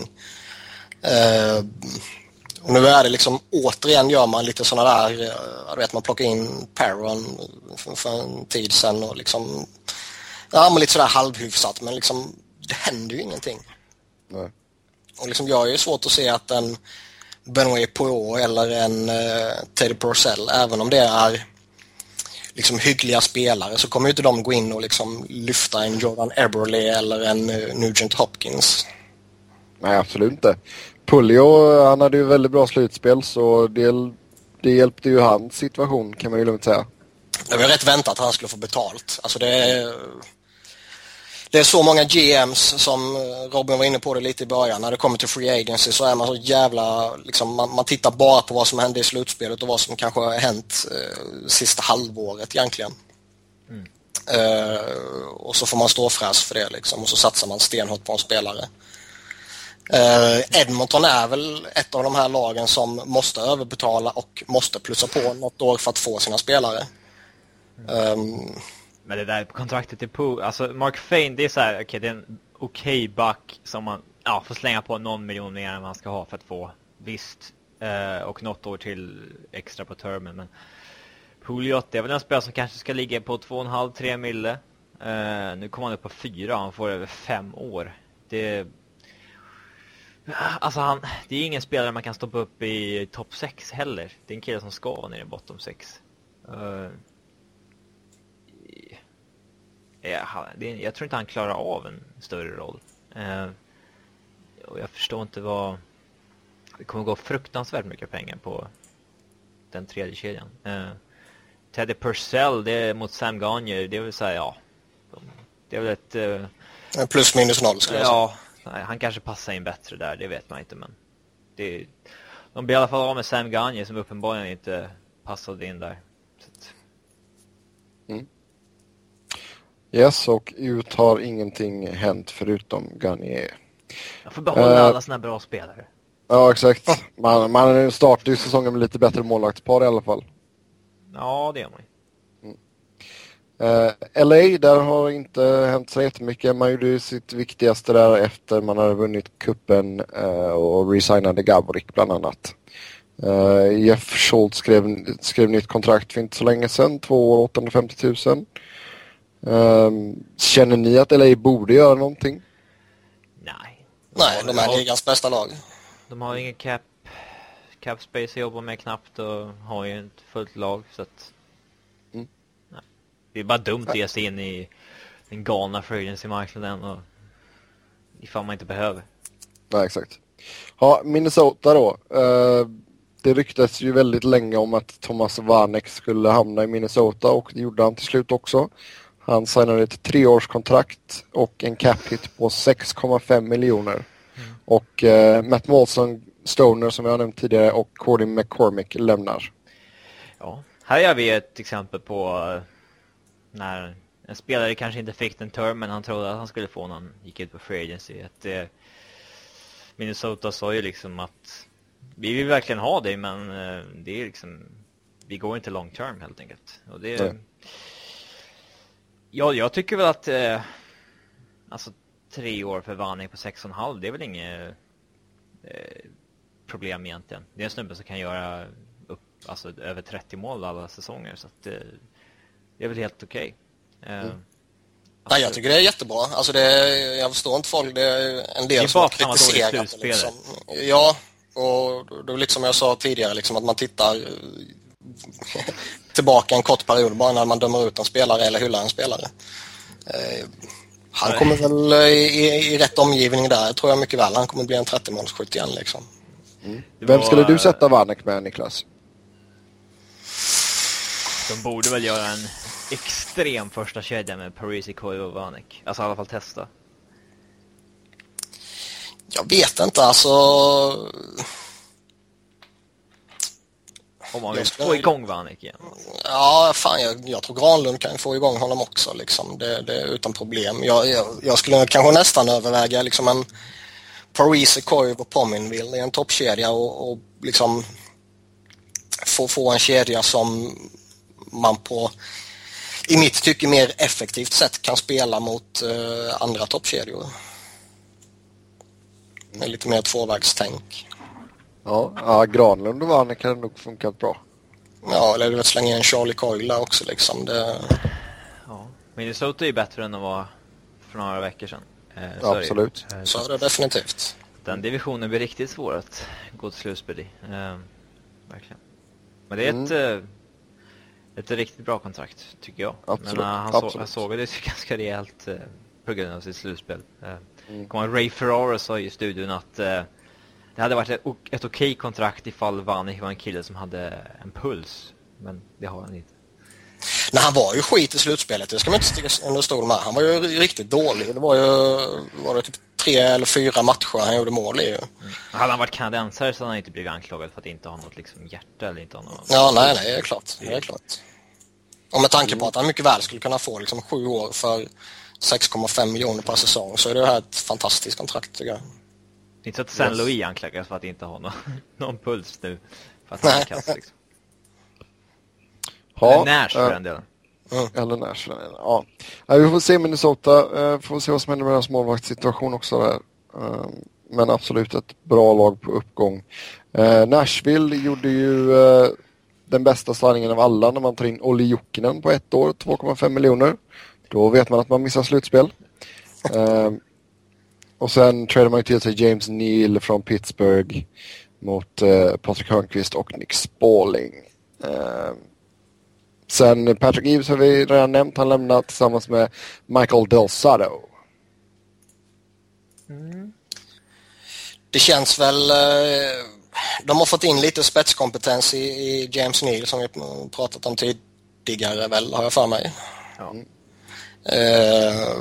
B: Uh, och nu är det liksom, återigen gör man lite sådana där, jag vet man plockar in Perron för, för en tid sedan och liksom, ja men lite sådär halvhyfsat, men liksom det händer ju ingenting.
A: Nej.
B: Och liksom jag är ju svårt att se att en Benoit Pouliot eller en uh, Teddy Purcell, även om det är liksom hyggliga spelare, så kommer ju inte de gå in och liksom lyfta en Jordan Eberle eller en uh, Nugent Hopkins.
A: Nej, absolut inte. Pouliot, han hade ju väldigt bra slutspel, så det, det hjälpte ju hans situation, kan man ju lugnt säga.
B: Det var rätt väntat att han skulle få betalt. Alltså det är... Det är så många G Ms som Robin var inne på det lite i början. När det kommer till free agency så är man så jävla... Liksom, man, man tittar bara på vad som hände i slutspelet och vad som kanske har hänt eh, sista halvåret egentligen. Mm. Eh, och så får man stå fräs för det liksom. Och så satsar man stenhårt på en spelare. Eh, Edmonton är väl ett av de här lagen som måste överbetala och måste plussa på något år för att få sina spelare. Mm. Um,
C: Men det där kontraktet i Pool, alltså Mark Fane, det är så här, okej, okay, det är en okej okay back som man ja, får slänga på någon miljon mer än man ska ha för att få visst eh, och något år till extra på termen. Men Pouliot, det är väl en spelare som kanske ska ligga på två komma fem till tre mille. Eh, nu kommer han upp på fyra, han får över fem år. Det alltså han, det är ingen spelare man kan stoppa upp i topp sex heller. Det är en kille som ska vara nere i bottom sex. Uh, Ja, det, jag tror inte han klarar av en större roll. Eh, och jag förstår inte vad... Det kommer gå fruktansvärt mycket pengar på den tredje kedjan. Eh, Teddy Purcell, det är mot Sam Gagner, det vill säga, ja... Det är väl ett... Eh,
B: plus minus noll, skulle jag
C: säga. Ja, han kanske passar in bättre där, det vet man inte, men... Det, de blir i alla fall av med Sam Gagner som uppenbarligen inte passade in där. Så att...
A: Mm. Yes, och ut har ingenting hänt förutom Garnier.
C: Jag får behålla uh, alla såna bra spelare.
A: Ja, exakt. Man, man startar ju säsongen med lite bättre målvaktspar i alla fall.
C: Ja, det gör man.
A: Mm. Uh, L A, där har inte hänt så jättemycket. Man gjorde ju sitt viktigaste där efter man hade vunnit kuppen uh, och resignade Gaborik bland annat. Uh, Jeff Schultz skrev, skrev nytt kontrakt för inte så länge sedan. Två år, åttahundrafemtio tusen. Um, känner ni att L A borde göra någonting?
C: Nej.
B: Nej, de är ligans bästa lag.
C: De har ingen cap, cap space att jobba med knappt och har ju ett fullt lag, så att mm. nej. Det är bara dumt att ge sig in i den galna free agency-marknaden och ifall man inte behöver.
A: Nej, exakt. Ja, Minnesota då. Uh, det ryktas ju väldigt länge om att Thomas Vanek skulle hamna i Minnesota, och det gjorde han till slut också. Han signade ett treårskontrakt och en cap hit på sex komma fem miljoner. Mm. Och eh, Matt Molson, Stoner som jag har nämnt tidigare, och Cody McCormick lämnar.
C: Ja, här har vi ett exempel på uh, när en spelare kanske inte fick den termen han trodde att han skulle få när han gick ut på free agency. Att, uh, Minnesota sa ju liksom att vi vill verkligen ha dig, men det är liksom, vi går inte long term helt enkelt. Och det är, ja, jag tycker väl att eh, alltså tre år för Vanek på sex och en halv, det är väl inget eh, problem egentligen. Det är en snubbe som kan göra upp alltså över trettio mål alla säsonger, så att eh, det är väl helt okej. Okay. Eh,
B: mm. Nej, jag tycker det är jättebra. Alltså det är, jag förstår inte folk, det är en del
C: det
B: som har kritiserat det liksom. Ja, och det är lite som jag sa tidigare liksom, att man tittar tillbaka en kort period bara när man dömer ut en spelare eller hyllar en spelare. Eh, han Nej. kommer väl i, i rätt omgivning där, tror jag mycket väl. Han kommer bli en trettio-målsskytt igen liksom.
A: Mm. Vem skulle du sätta Vanek med, Niklas?
C: De borde väl göra en extrem första kedja med Parisi, Koivu och Vanek. Alltså i alla fall testa.
B: Jag vet inte, alltså...
C: Om man vill få igång Vanek igen.
B: Ja, fan, jag, jag tror Granlund kan få igång honom också. Liksom. Det, det är utan problem. Jag, jag, jag skulle kanske nästan överväga liksom en Parisi, Koivu och Pominville i en toppkedja och, och liksom få, få en kedja som man på, i mitt tycke, mer effektivt sätt kan spela mot uh, andra toppkedjor. Med lite mer tvåvägstänk.
A: Ja, ja, Granlund och Vanek hade nog funkat bra.
B: Ja, eller du vet, slänga in Charlie Coyle där också liksom. Det...
C: Ja, Minnesota är ju bättre än att vara för några veckor sedan. Eh,
A: så absolut.
B: Är det. Så är det definitivt.
C: Den divisionen blir riktigt svår att gå till slutspel i. Eh, verkligen. Men det är mm. ett, ett riktigt bra kontrakt, tycker jag.
A: Absolut.
C: Men uh, han,
A: absolut.
C: Så, han såg det ganska rejält uh, på grund av sitt slutspel. Uh, mm. Kommer Ray Ferraro sa i studion att uh, det hade varit ett, ett okej kontrakt ifall Vanek var en kille som hade en puls. Men det har han inte.
B: Nej, han var ju skit i slutspelet. Det ska man inte sticka under stol med. Han var ju riktigt dålig. Det var ju var det typ tre eller fyra matcher han gjorde mål i. Mm.
C: Hade han varit kanadensare så hade han inte blivit anklagad för att inte ha något liksom hjärta eller inte ha något...
B: Ja, nej, nej, det är klart. Det är klart. Och med tanke på att han mycket väl skulle kunna få liksom sju år för sex komma fem miljoner per säsong, så är det här ett fantastiskt kontrakt, tycker jag.
C: Det är inte så att Saint yes. Louis anklagas för att inte ha någon, någon puls nu. För att han kast, liksom.
A: Ja,
C: eller Nash för den delen.
A: Mm. Eller Nash, ja. ja. Vi får se Minnesota, uh, får se vad som händer med deras målvaktssituation också där. Uh, men absolut ett bra lag på uppgång. Uh, Nashville gjorde ju uh, den bästa signingen av alla när man tar in Olli Jokinen på ett år, två komma fem miljoner. Då vet man att man missar slutspel. Uh, och sen tradade man ju till sig James Neal från Pittsburgh mot uh, Patrik Hörnqvist och Nick Spaulding. Uh, Sen Patrick Eaves har vi redan nämnt. Han lämnat tillsammans med Michael Del Zotto.
B: Mm. Det känns väl... De har fått in lite spetskompetens i, i James Neal som vi pratat om tidigare väl, har jag för mig. Ja. Uh,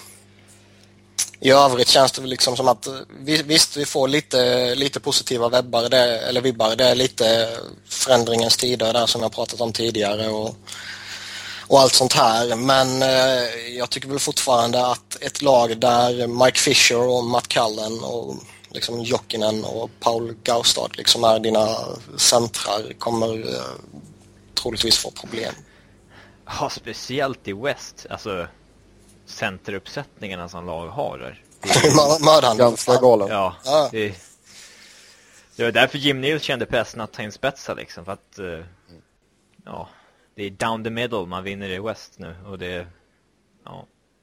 B: I övrigt känns det väl liksom som att visst, vi får lite, lite positiva webbar det, eller vibbar. Det är lite förändringens tider där som jag pratat om tidigare och, och allt sånt här. Men eh, jag tycker väl fortfarande att ett lag där Mike Fisher och Matt Cullen och liksom Jokinen och Paul Gaustad liksom är dina centrar kommer eh, troligtvis få problem.
C: Ja, speciellt i West. Alltså... centeruppsättningarna som lag har där.
B: Mördande.
A: Ganska galen.
C: Ja, ja. Det, det var därför Jim Neal kände pressen att ta in spetsa liksom, för att uh, ja, det är down the middle man vinner i West nu och det är ja,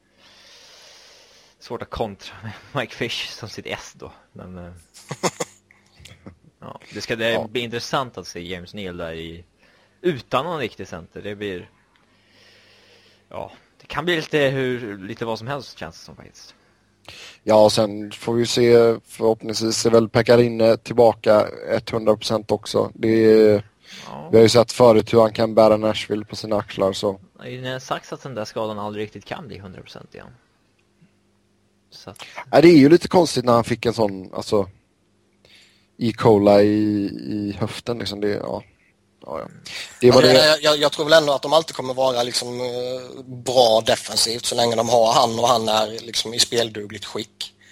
C: svårt att kontra med Mike Fish som sitt S då, men uh, ja, det ska det ja. bli intressant att se James Neal där i utan någon riktig center. Det blir ja, det kan bli lite, hur, lite vad som helst känns det som faktiskt.
A: Ja, och sen får vi se, förhoppningsvis är väl Pekkarinen tillbaka hundra procent också. Det är, ja. Vi har ju sett förut hur han kan bära Nashville på sina axlar. Så.
C: Det är sagt att den där skadan aldrig riktigt kan bli hundra procent igen. Så att...
A: ja, det är ju lite konstigt när han fick en sån, alltså, E. coli i, i höften. Liksom det, ja. Ja, ja. Det var
B: det...
A: Det...
B: Jag, jag tror väl ändå att de alltid kommer vara liksom, bra defensivt så länge de har han och han är liksom i speldugligt skick. Mm.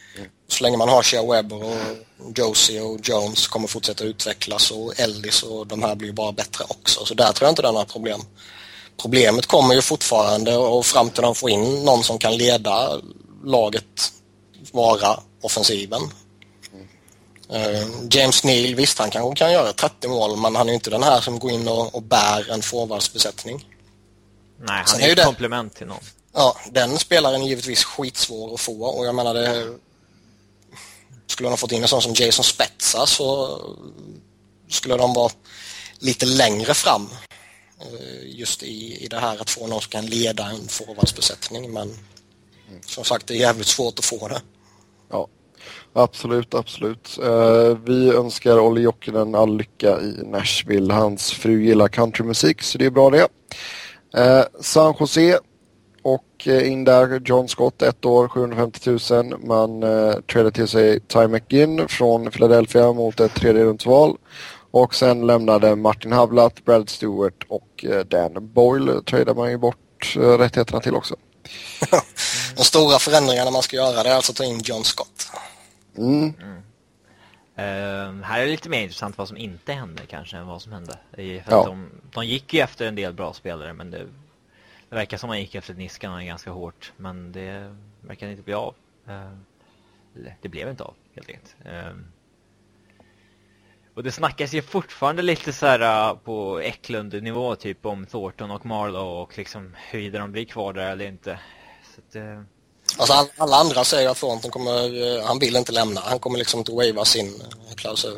B: Så länge man har Shea Weber och Josie och Jones kommer fortsätta utvecklas och Ellis och de här blir bara bättre också. Så där tror jag inte det är några problem. Problemet kommer ju fortfarande och fram till de får in någon som kan leda laget vara offensiven. Uh, James Neal, visst han kanske kan göra trettio mål, men han är ju inte den här som går in och, och bär en forwardsbesättning.
C: Nej, han
B: Sen
C: är ju
B: är
C: ett
B: det-
C: komplement till någon.
B: Ja, den spelaren är givetvis skitsvår att få och jag menar det, skulle de ha fått in en sån som Jason Spezza så skulle de vara lite längre fram eh, just i, i det här att få någon som kan leda en forwardsbesättning, men som sagt det är jävligt svårt att få det.
A: Ja, absolut, absolut. Eh, vi önskar Olli Jokinen all lycka i Nashville. Hans fru gillar countrymusik, så det är bra det. Eh, San Jose och eh, in där John Scott, ett år, sjuhundrafemtio tusen. Man eh, tradar till sig Ty McGinn från Philadelphia mot ett tredje rundsval. Och sen lämnade Martin Havlat, Brad Stewart och eh, Dan Boyle tradar man ju bort eh, rättigheterna till också.
B: De stora förändringarna man ska göra det är alltså att ta in John Scott.
A: Mm.
C: Uh, här är det lite mer intressant vad som inte hände kanske än vad som hände. I- För
A: Ja.
C: att de, de gick ju efter en del bra spelare, men det, det verkar som man gick efter Niskanen ganska hårt. Men det verkar inte bli av. Uh, eller, det blev inte av helt enkelt. Uh, och det snackas ju fortfarande lite så här uh, på Eklund-nivå typ om Thornton och Marlowe och liksom huruvida de blir kvar där eller inte. Så att, uh,
B: Alltså all, alla andra säger att Thornton kommer, han vill inte lämna. Han kommer liksom inte waiva sin klausul.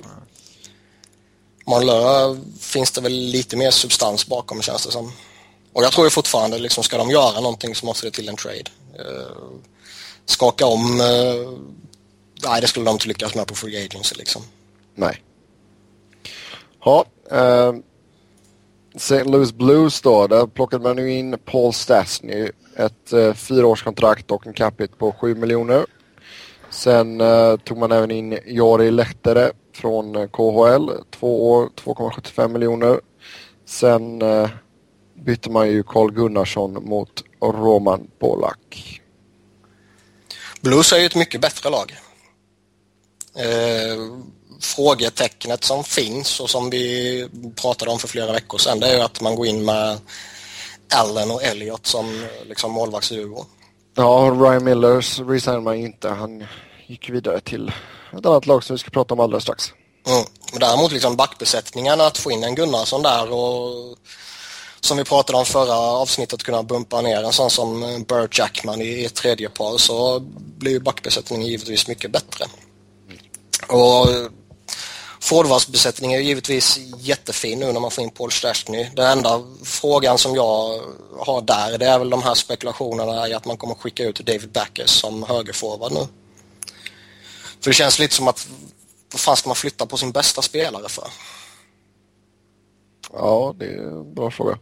B: Marlowe finns det väl lite mer substans bakom känns det som. Och jag tror ju fortfarande liksom ska de göra någonting så måste det till en trade. Uh, skaka om uh, nej det skulle de inte lyckas med på free agency liksom.
A: Nej. Ja, eh, Saint Louis Blues då, där plockade man ju in Paul Stastny, ett eh, fyraårskontrakt och en capita på sju miljoner. Sen eh, tog man även in Jari Lehtere från eh, K H L, två år, två komma sjuttiofem miljoner. Sen eh, bytte man ju Carl Gunnarsson mot Roman Polak.
B: Blues är ju ett mycket bättre lag. Eh, frågetecknet som finns och som vi pratade om för flera veckor sedan, det är ju att man går in med Allen och Elliott som liksom målvaktsduo.
A: Ja, Ryan Millers resignar man inte. Han gick vidare till ett annat lag som vi ska prata om alldeles strax.
B: Mm. Men däremot liksom backbesättningen, att få in en Gunnarsson där och som vi pratade om förra avsnittet kunna bumpa ner en sån som Burt Jackman i ett tredje par, så blir ju backbesättningen givetvis mycket bättre. Och forwardsbesättningen är givetvis jättefin nu när man får in Paul Stastny. Den enda frågan som jag har där, det är väl de här spekulationerna i att man kommer skicka ut David Backes som högerforward nu. För det känns lite som att vad fan ska man flytta på sin bästa spelare för?
A: Ja, det är en bra fråga.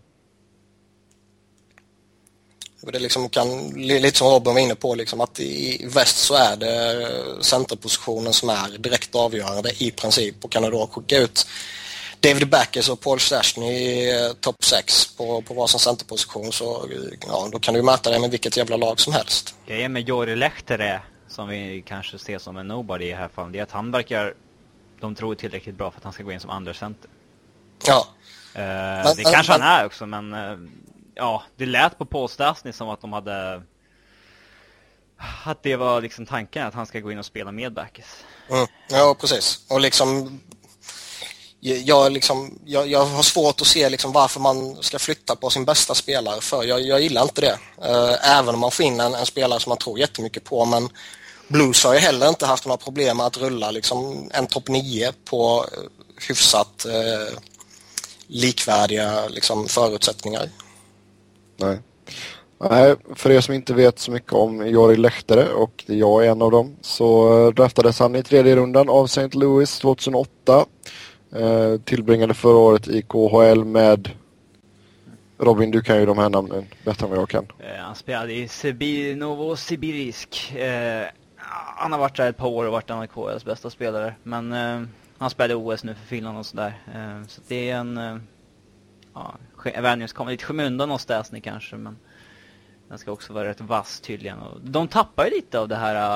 B: Det liksom kan, lite som Robin var inne på, liksom att i väst så är det centerpositionen som är direkt avgörande i princip, och kan du då skicka ut David Backes och Paul Stastny i topp sex på, på varsin centerposition, så ja, då kan du mäta det med vilket jävla lag som helst.
C: grejen med Jori Lehtere, som vi kanske ser som en nobody i det här fallet, det är att han verkar, de tror tillräckligt bra för att han ska gå in som andra center.
B: Ja.
C: Uh,
B: Men-
C: det kanske
B: men-
C: han är också, men uh, ja, det lät på Paul Stastny som att de hade, att det var liksom tanken att han ska gå in och spela med Backes.
B: Mm. Ja, precis. Och liksom jag, liksom, jag, jag har svårt att se liksom varför man ska flytta på sin bästa spelare, för jag, jag gillar inte det. Uh, även om man får in en, en spelare som man tror jättemycket på, men Blues har ju heller inte haft några problem med att rulla liksom en topp nio på uh, hyfsat uh, likvärdiga liksom, förutsättningar.
A: Nej. Nej, för er som inte vet så mycket om Jari Lehtere, och det jag är en av dem, så draftades han i tredje rundan av Saint Louis tjugohundraåtta. Eh, tillbringade förra året i K H L med... Robin, du kan ju de här namnen bättre än vad jag kan.
C: Uh, han spelade i Sibir, Novosibirsk. Uh, han har varit där ett par år och varit en av K Hls bästa spelare. Men uh, han spelade O S nu för Finland och sådär. Uh, så det är en... Uh, ja, Värnjus kommer lite skymundan hos Stastny kanske, men den ska också vara rätt vass tydligen. Och de tappar ju lite av det här uh,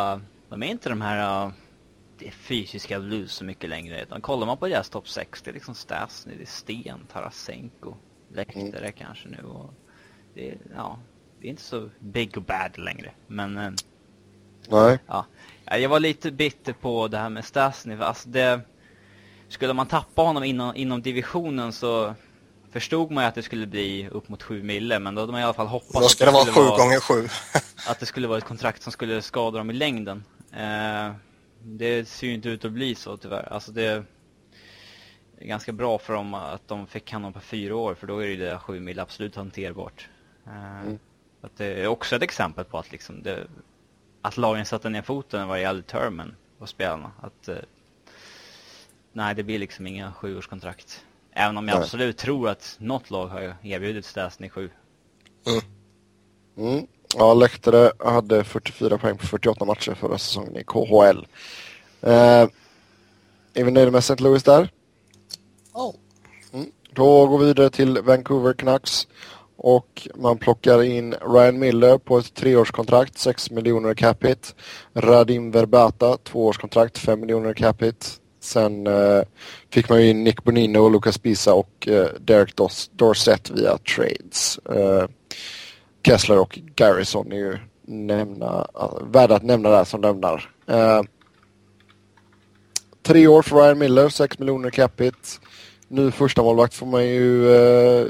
C: de är inte de här uh, det fysiska blues så mycket längre. Utan kollar man på deras topp sex, det är liksom Stastny, det är Sten, Tarasenko, Lehtere mm. kanske nu. Och det, är, ja, det är inte så big och bad längre. Men uh,
A: nej.
C: Ja, jag var lite bitter på det här med Stastny. Alltså det, skulle man tappa honom inom, inom divisionen så förstod man ju att det skulle bli upp mot sju mille, men då hade man i alla fall hoppats
B: då ska att det, det vara sju gånger sju.
C: Att det skulle vara ett kontrakt som skulle skada dem i längden. Eh, det ser ju inte ut att bli så tyvärr. Alltså det är ganska bra för dem att de fick honom på fyra år, för då är det, det sju mille absolut hanterbart. Eh, mm. Att det är också ett exempel på att liksom det, att lagen satte ner foten var i all termen på spelarna. Att eh, nej, det blir liksom inga sjuårskontrakt. Även om jag Nej. absolut tror att något lag har erbjudit Stastny sju.
B: Mm.
A: Mm. Ja, Lehtere hade fyrtiofyra poäng på fyrtioåtta matcher förra säsongen i K H L. Eh, är vi nöjda med Saint Louis där?
B: Oh.
A: Mm. Då går vi vidare till Vancouver Canucks. Och man plockar in Ryan Miller på ett treårskontrakt, sex miljoner capita. Radim Verbata, tvåårskontrakt, fem miljoner capita. Sen eh, fick man ju in Nick Bonino, Lucas Pisa och eh, Derek Dos- Dorsett via trades. Eh, Kessler och Garrison är ju nämna, uh, värda att nämna där som lämnar. Eh, tre år för Ryan Miller, sex miljoner capita. Ny första målvakt får man ju eh,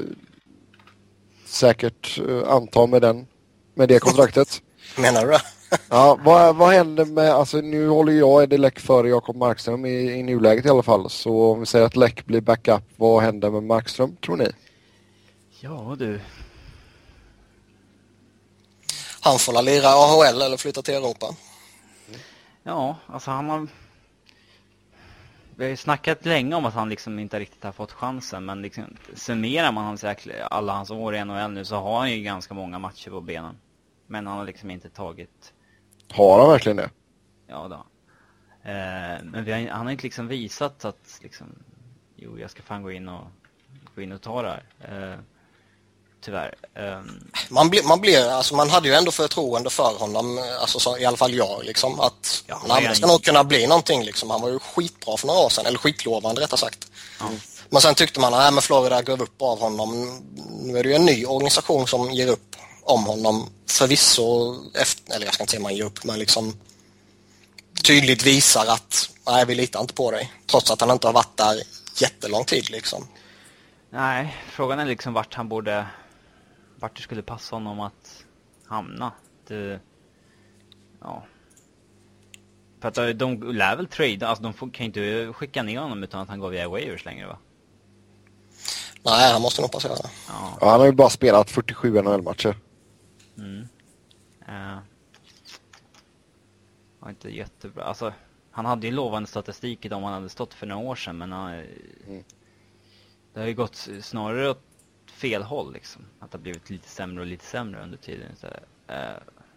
A: säkert uh, anta med den med det kontraktet.
B: Menar du?
A: Ja, vad, vad händer med, alltså nu håller jag Eddie Leck före Jakob Markström i, i nuläget i alla fall. Så om vi säger att Leck blir backup, vad händer med Markström, tror ni?
C: Ja du.
B: Han får lira A H L eller flytta till Europa.
C: Ja, alltså han har... Vi har ju snackat länge om att han liksom inte riktigt har fått chansen, men liksom, summerar man hans, alla hans år i N H L nu så har han ju ganska många matcher på benen. Men han har liksom inte tagit...
A: Har han verkligen det?
C: Ja då. Eh, men vi har, han har inte liksom visat att liksom, jo, jag ska fan gå in och, gå in och ta det här. Eh, tyvärr. Eh,
B: man, blir, man, blir, alltså man hade ju ändå förtroende för honom, alltså så, i alla fall jag, liksom, att ja, han ska nog kunna bli någonting. Liksom. Han var ju skitbra för några år sedan, eller skitlovande rättare sagt. Mm. Men sen tyckte man att Florida gav upp av honom. Nu är det ju en ny organisation som ger upp om honom, förvisso efter, eller jag ska inte säga man ger upp, men liksom tydligt visar att nej, vi litar inte på dig, trots att han inte har varit där jättelång tid liksom.
C: Nej, frågan är liksom vart han borde, vart det skulle passa honom att hamna. Det, ja. För att de lär väl trade, alltså de får, kan inte skicka ner honom utan att han går via waivers längre, va?
B: Nej, han måste nog passera.
C: Ja.
A: Ja, han har ju bara spelat fyrtiosju N H L-matcher.
C: Mm. Uh, var inte jättebra. Alltså, han hade ju lovande statistik om han hade stått för några år sedan, men uh, mm. det har ju gått snarare åt fel håll liksom. Att det har blivit lite sämre och lite sämre under tiden. Så, uh,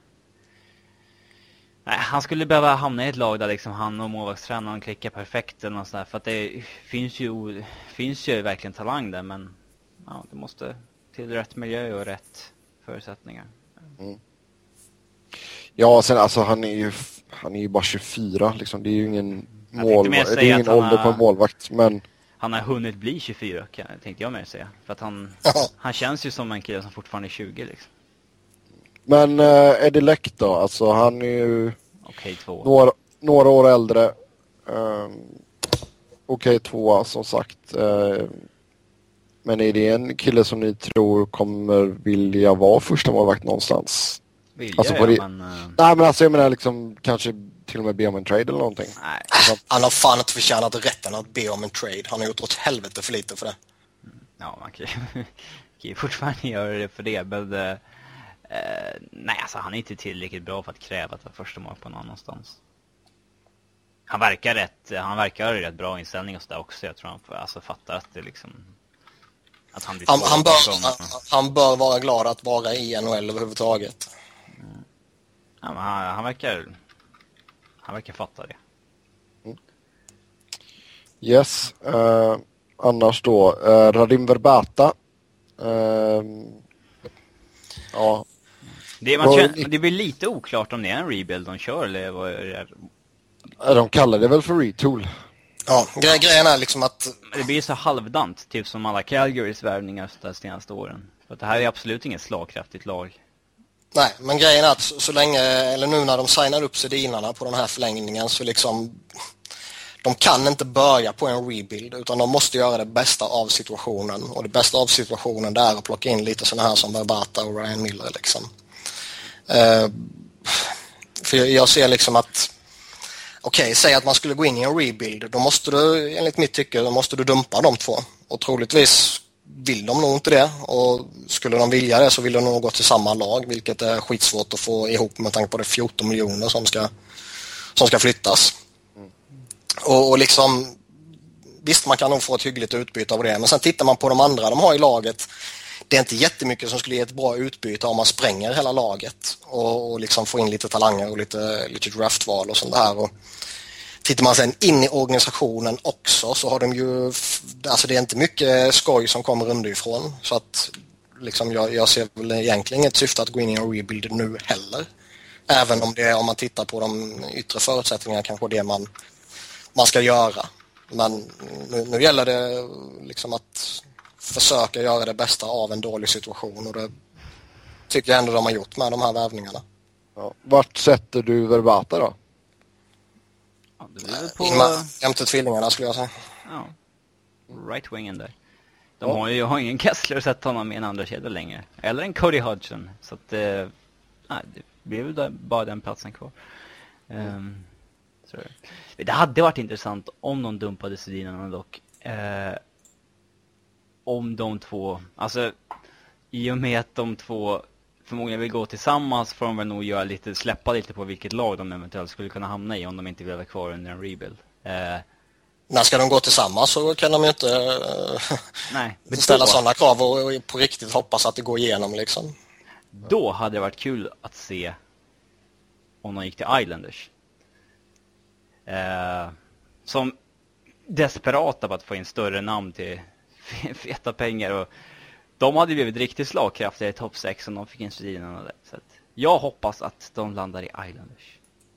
C: nej, han skulle behöva hamna i ett lag där liksom han och målvaktstränaren klickar perfekt eller något sådär, för att det finns ju, finns ju verkligen talang där, men ja, det måste till rätt miljö och rätt förutsättningar.
A: Mm. Ja, sen alltså han är ju han är ju bara tjugofyra liksom, det är ju ingen mål, det är ingen ålder har, på en målvakt, men
C: han har hunnit bli tjugofyra, kan, tänkte jag mer säga, för att han han känns ju som en kille som fortfarande är tjugo liksom.
A: Men uh, Eddie Leck då, alltså han är ju
C: okej, två.
A: Några, några år äldre. Um, okej, tvåa som sagt. Uh, men är det en kille som ni tror kommer vilja vara första målvakt någonstans?
C: Vilja,
A: alltså,
C: ja,
A: det...
C: men... Uh...
A: Nej, men alltså jag menar liksom kanske till och med be om en trade eller någonting.
C: Nej.
B: Han har fan inte förtjänat rätten att be om en trade. Han har gjort åt helvete för lite för det.
C: Ja, man kan ju fortfarande göra det för det, men... Uh... Uh, nej, alltså han är inte tillräckligt bra för att kräva att vara första mål på någon annanstans. Han verkar rätt, han verkar ha rätt bra inställning och så där också. Jag tror han får, alltså, fattar att det liksom att han, blir
B: han, han, bör, han, han bör vara glad att vara i N H L överhuvudtaget.
C: Mm. Ja, men han, han verkar han verkar fatta det.
A: Mm. Yes, uh, annars då uh, Radim Verbata. Uh, ja.
D: Det, man känner, det blir lite oklart om det är en rebuild de kör eller vad är det?
A: De kallar det väl för retool.
B: Ja, gre- grejen är liksom att...
D: Det blir så halvdant, typ som alla Calgarys värvningar de senaste åren. För att det här är absolut inget slagkraftigt lag.
B: Nej, men grejen är att så, så länge, eller nu när de signar upp sedinarna på den här förlängningen så liksom... De kan inte börja på en rebuild utan de måste göra det bästa av situationen. Och det bästa av situationen där är att plocka in lite sådana här som Verbata och Ryan Miller liksom. Uh, för jag ser liksom att okej, okay, säg att man skulle gå in i en rebuild, då måste du, enligt mitt tycke, då måste du dumpa de två. Och troligtvis vill de nog inte det. Och skulle de vilja det så vill de nog gå till samma lag, vilket är skitsvårt att få ihop med tanke på det fjorton miljoner som ska, som ska flyttas. Mm. Och, och liksom, visst man kan nog få ett hyggligt utbyte av det, men sen tittar man på de andra de har i laget. Det är inte jättemycket som skulle ge ett bra utbyte om man spränger hela laget och, och liksom får in lite talanger och lite, lite draftval och sånt där. Och tittar man sen in i organisationen också så har de ju, alltså det är inte mycket skoj som kommer underifrån. Så att liksom jag, jag ser väl egentligen ett syfte att gå in i en rebuild nu heller. Även om det är, om man tittar på de yttre förutsättningarna, kanske det man, man ska göra. Men nu, nu gäller det liksom att försöka göra det bästa av en dålig situation, och det tycker jag ändå de har gjort med de här värvningarna.
A: Ja. Vart sätter du Verbata då?
D: Ja, det blir väl på...
B: Jämte tvillingarna skulle jag säga.
D: Ja, right-wingen där. De ja. har ju har ingen Kessler att sätta honom med en andra kedja längre. Eller en Cody Hodgson. Så att eh, nej, det blir väl där, bara den platsen kvar. Um, så. Det hade varit intressant om de dumpade Sedinarna dock. Eh, om de två, alltså i och med att de två förmodligen vill gå tillsammans får de väl nog göra lite, släppa lite på vilket lag de eventuellt skulle kunna hamna i om de inte vill vara kvar under en rebuild. Eh,
B: När ska de gå tillsammans så kan de ju inte uh, nej, ställa sådana krav och, och på riktigt hoppas att det går igenom liksom.
D: Då hade det varit kul att se om de gick till Islanders. Eh, som desperata på att få in större namn till feta pengar, och de hade blivit riktigt slagkraftiga i topp sex om de fick in striderna där. Så att jag hoppas att de landar i Islanders.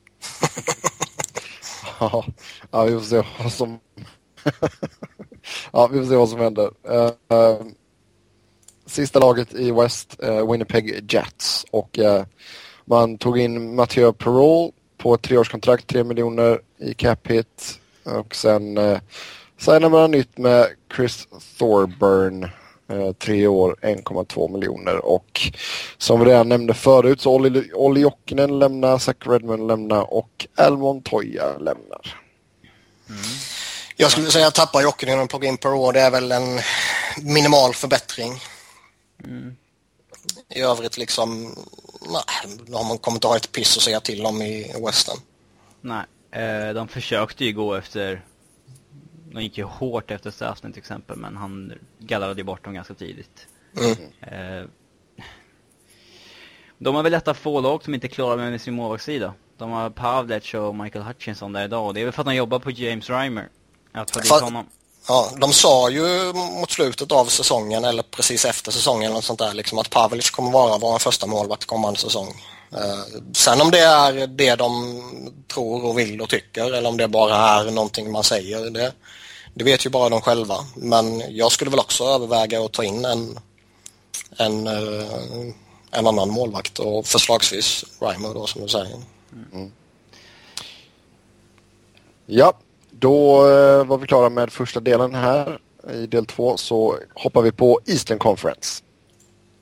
A: ja, ja, vi får se vad som ja, vi får se vad som händer. Uh, uh, sista laget i West, uh, Winnipeg Jets, och uh, man tog in Mathieu Perreault på ett treårskontrakt, tre miljoner i cap hit, och sen uh, signar man nytt med Chris Thorburn, eh, tre år, en komma två miljoner. Och som vi redan nämnde förut så Olli, Olli Jokinen lämnar, Zach Redmond lämnar och Al Montoya lämnar.
B: Mm. Jag skulle säga att tappa Jokinen och plocka in per år, det är väl en minimal förbättring. Mm. I övrigt liksom, nej, då har man kommit att ha ett piss att säga till om i Western.
D: Nej, eh, de försökte ju gå efter... De gick ju hårt efter Staffnen till exempel, men han gallrade bort dem ganska tidigt. Mm. Eh, de har väl lätt att få lag som inte klarar med sin målvaktssida. De har Pavlec och Michael Hutchinson där idag, och det är väl för att de jobbar på James Reimer. Att få dit honom.
B: Ja, de sa ju mot slutet av säsongen, eller precis efter säsongen eller sånt där, liksom att Pavlec kommer vara vår första målvakt kommande säsong. Uh, sen om det är det de tror och vill och tycker, eller om det bara är någonting man säger, det, det vet ju bara de själva. Men jag skulle väl också överväga att ta in en en, uh, en annan målvakt, och förslagsvis Reimer då, som du säger. Mm.
A: Ja, då uh, var vi klara med första delen här. I del två så hoppar vi på Eastern Conference.